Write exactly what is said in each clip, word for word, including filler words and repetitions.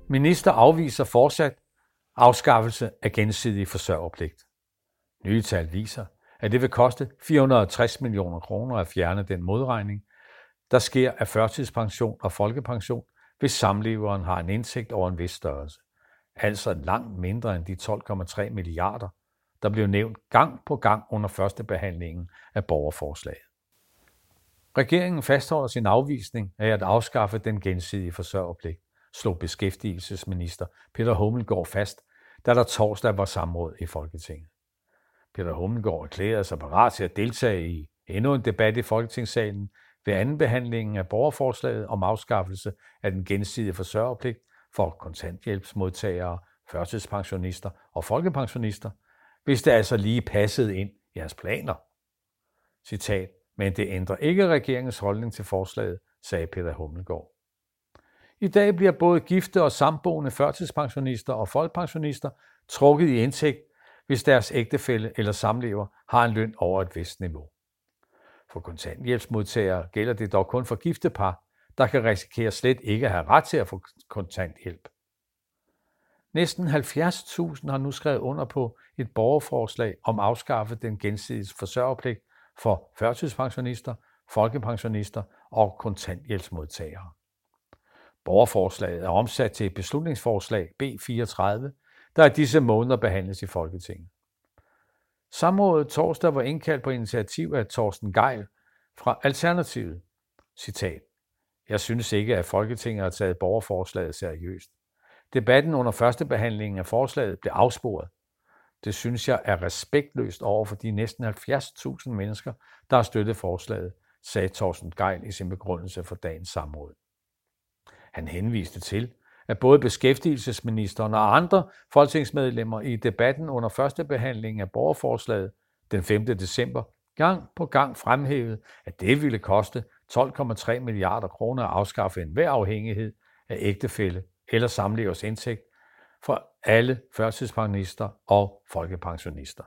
Minister afviser fortsat afskaffelse af gensidig forsørgerpligt. Nye tal viser, at det vil koste fire hundrede og tres millioner kroner at fjerne den modregning, der sker af førtidspension og folkepension, hvis samleveren har en indtægt over en vis størrelse. Altså langt mindre end de tolv komma tre milliarder, der blev nævnt gang på gang under første behandlingen af borgerforslaget. Regeringen fastholder sin afvisning af at afskaffe den gensidige forsørgerpligt, slog beskæftigelsesminister Peter Hummelgaard fast, da der torsdag var samråd i Folketinget. Peter Hummelgaard erklærede sig parat til at deltage i endnu en debat i Folketingssalen ved andenbehandlingen af borgerforslaget om afskaffelse af den gensidige forsørgerpligt for kontanthjælpsmodtagere, førtidspensionister og folkepensionister, hvis det altså lige passede ind i hans planer. Citat, men det ændrer ikke regeringens holdning til forslaget, sagde Peter Hummelgaard. I dag bliver både gifte og samboende førtidspensionister og folkepensionister trukket i indtægt, hvis deres ægtefælle eller samlever har en løn over et vist niveau. For kontanthjælpsmodtagere gælder det dog kun for gifte par, der kan risikere slet ikke at have ret til at få kontanthjælp. Næsten halvfjerds tusind har nu skrevet under på et borgerforslag om at afskaffe den gensidige forsørgerpligt for førtidspensionister, folkepensionister og kontanthjælpsmodtagere. Borgerforslaget er omsat til et beslutningsforslag B fireogtredive, der i disse måneder behandles i Folketinget. Samrådet torsdag var indkaldt på initiativ af Torsten Gejl fra Alternativet. Citat. Jeg synes ikke, at Folketinget har taget borgerforslaget seriøst. Debatten under første behandling af forslaget blev afsporet. Det synes jeg er respektløst over for de næsten halvfjerds tusind mennesker, der har støttet forslaget, sagde Torsten Gejl i sin begrundelse for dagens samråd. Han henviste til, at både beskæftigelsesministeren og andre folketingsmedlemmer i debatten under første behandling af borgerforslaget den femte december gang på gang fremhævede, at det ville koste tolv komma tre milliarder kroner at afskaffe enhver afhængighed af ægtefælle eller samlevers indtægt for alle førtidspensionister og folkepensionister.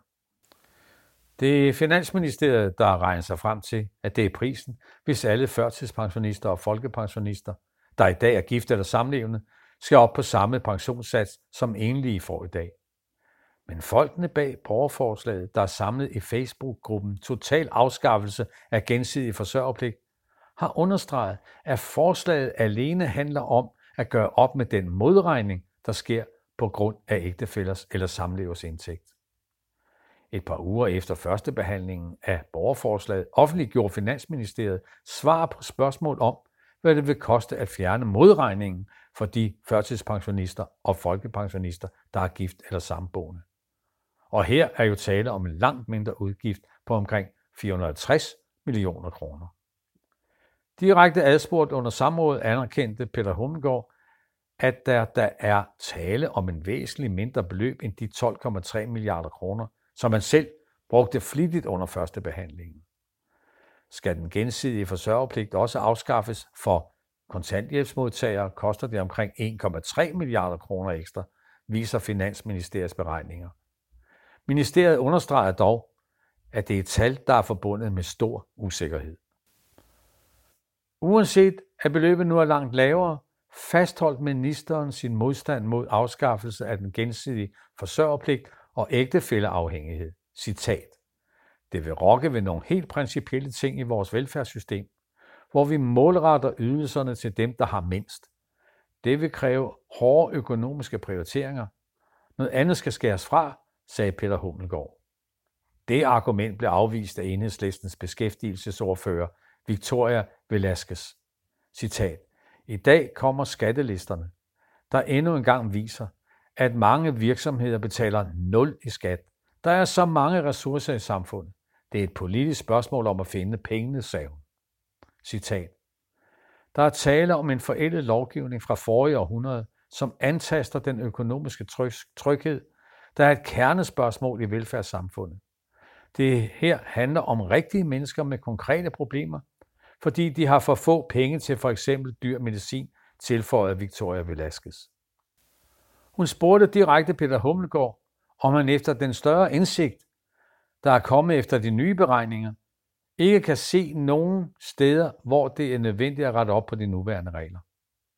Det er Finansministeriet, der har regnet sig frem til, at det er prisen, hvis alle førtidspensionister og folkepensionister, der i dag er gift eller samlevende, skal op på samme pensionssats, som enlige får i dag. Men folkene bag borgerforslaget, der er samlet i Facebook-gruppen Total Afskaffelse af gensidig forsørgerpligt, har understreget, at forslaget alene handler om at gøre op med den modregning, der sker på grund af ægtefællers eller samlevers indtægt. Et par uger efter førstebehandlingen af borgerforslaget offentliggjorde Finansministeriet svar på spørgsmål om, hvad det vil koste at fjerne modregningen for de førtidspensionister og folkepensionister, der er gift eller samboende. Og her er jo tale om en langt mindre udgift på omkring fire hundrede og tres millioner kroner. Direkte adspurgt under samrådet anerkendte Peter Hummelgaard, at der, der er tale om en væsentlig mindre beløb end de tolv komma tre milliarder kroner, som man selv brugte flittigt under første behandlingen. Skal den gensidige forsørgerpligt også afskaffes for kontanthjælpsmodtagere, koster det omkring en komma tre milliarder kroner ekstra, viser Finansministeriets beregninger. Ministeriet understreger dog, at det er et tal, der er forbundet med stor usikkerhed. Uanset at beløbet nu er langt lavere, fastholdt ministeren sin modstand mod afskaffelse af den gensidige forsørgerpligt og ægtefælleafhængighed. Citat. Det vil rokke ved nogle helt principielle ting i vores velfærdssystem, hvor vi målretter ydelserne til dem, der har mindst. Det vil kræve hårde økonomiske prioriteringer. Noget andet skal skæres fra, sagde Peter Hummelgaard. Det argument blev afvist af Enhedslistens beskæftigelsesordfører Victoria Velasquez. Citat. I dag kommer skattelisterne, der endnu en gang viser, at mange virksomheder betaler nul i skat. Der er så mange ressourcer i samfundet. Det er et politisk spørgsmål om at finde pengene, sagde hun. Citat. Der er tale om en forældet lovgivning fra forrige århundrede, som antaster den økonomiske tryghed, der er et kernespørgsmål i velfærdssamfundet. Det her handler om rigtige mennesker med konkrete problemer, fordi de har for få penge til for eksempel dyr medicin, tilføjede Victoria Velasquez. Hun spurgte direkte Peter Hummelgaard, om han efter den større indsigt, der er kommet efter de nye beregninger, ikke kan se nogen steder, hvor det er nødvendigt at rette op på de nuværende regler.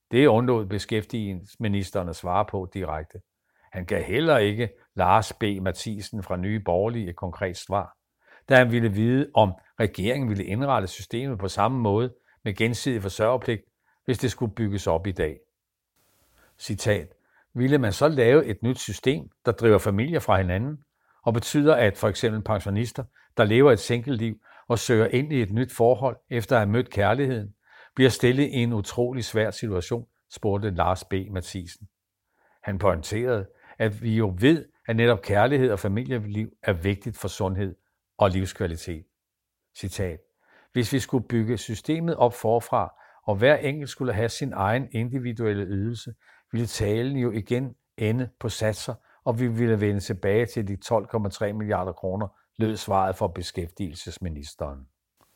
Det undlod beskæftigelsesministeren at svare på direkte. Han gav heller ikke Lars B. Mathisen fra Nye Borgerlige et konkret svar, da han ville vide, om regeringen ville indrette systemet på samme måde med gensidig forsørgerpligt, hvis det skulle bygges op i dag. Citat. Ville man så lave et nyt system, der driver familier fra hinanden, og betyder, at for eksempel pensionister, der lever et single-liv og søger ind i et nyt forhold efter at have mødt kærligheden, bliver stillet i en utrolig svær situation, spurgte Lars B. Mathisen. Han pointerede, at vi jo ved, at netop kærlighed og familieliv er vigtigt for sundhed og livskvalitet. Citat. Hvis vi skulle bygge systemet op forfra, og hver enkelt skulle have sin egen individuelle ydelse, ville talen jo igen ende på satser, og vi ville vende tilbage til de tolv komma tre milliarder kroner, lød svaret fra beskæftigelsesministeren.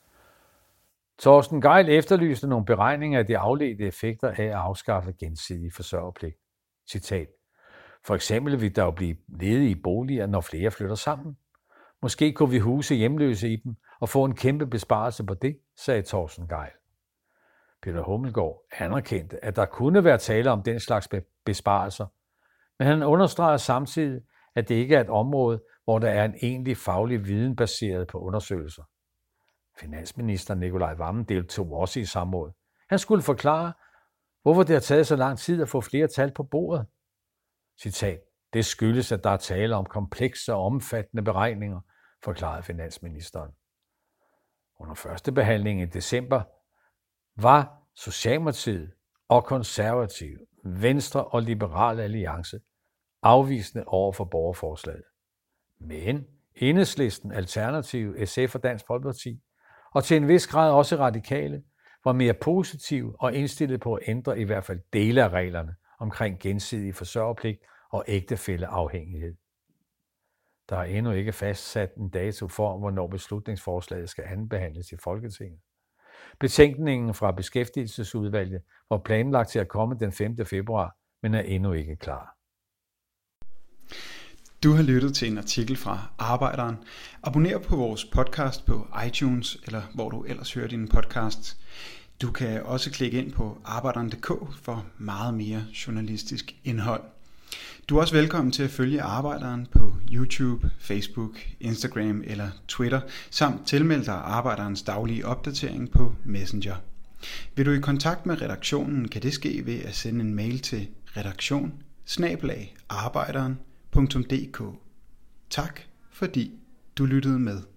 Torsten Gejl efterlyste nogle beregninger af de afledte effekter af at afskaffe gensidig forsørgerpligt. Citat. For eksempel vil der jo blive ledige boliger, når flere flytter sammen. Måske kunne vi huse hjemløse i dem og få en kæmpe besparelse på det, sagde Torsten Gejl. Peter Hummelgaard anerkendte, at der kunne være tale om den slags besparelser, men han understregede samtidig, at det ikke er et område, hvor der er en egentlig faglig viden baseret på undersøgelser. Finansminister Nicolai Wammen deltog også i samrådet. Han skulle forklare, hvorfor det har taget så lang tid at få flere tal på bordet. Citat. Det skyldes, at der er tale om komplekse og omfattende beregninger, forklarede finansministeren. Under første behandling i december var Socialdemokratiet og Konservative, Venstre og Liberale Alliance afvisende over for borgerforslaget. Men Enhedslisten, Alternative, S F og Dansk Folkeparti, og til en vis grad også radikale, var mere positive og indstillet på at ændre i hvert fald dele af reglerne omkring gensidig forsørgerpligt og ægtefælleafhængighed. Der er endnu ikke fastsat en dato for, hvornår beslutningsforslaget skal andenbehandles i Folketinget. Betænkningen fra Beskæftigelsesudvalget var planlagt til at komme den femte februar, men er endnu ikke klar. Du har lyttet til en artikel fra Arbejderen. Abonner på vores podcast på iTunes, eller hvor du ellers hører dine podcasts. Du kan også klikke ind på arbejderen punktum d k for meget mere journalistisk indhold. Du er også velkommen til at følge Arbejderen på YouTube, Facebook, Instagram eller Twitter, samt tilmelde dig Arbejderens daglige opdatering på Messenger. Vil du i kontakt med redaktionen, kan det ske ved at sende en mail til redaktion bindestreg arbejderen punktum d k. Tak fordi du lyttede med.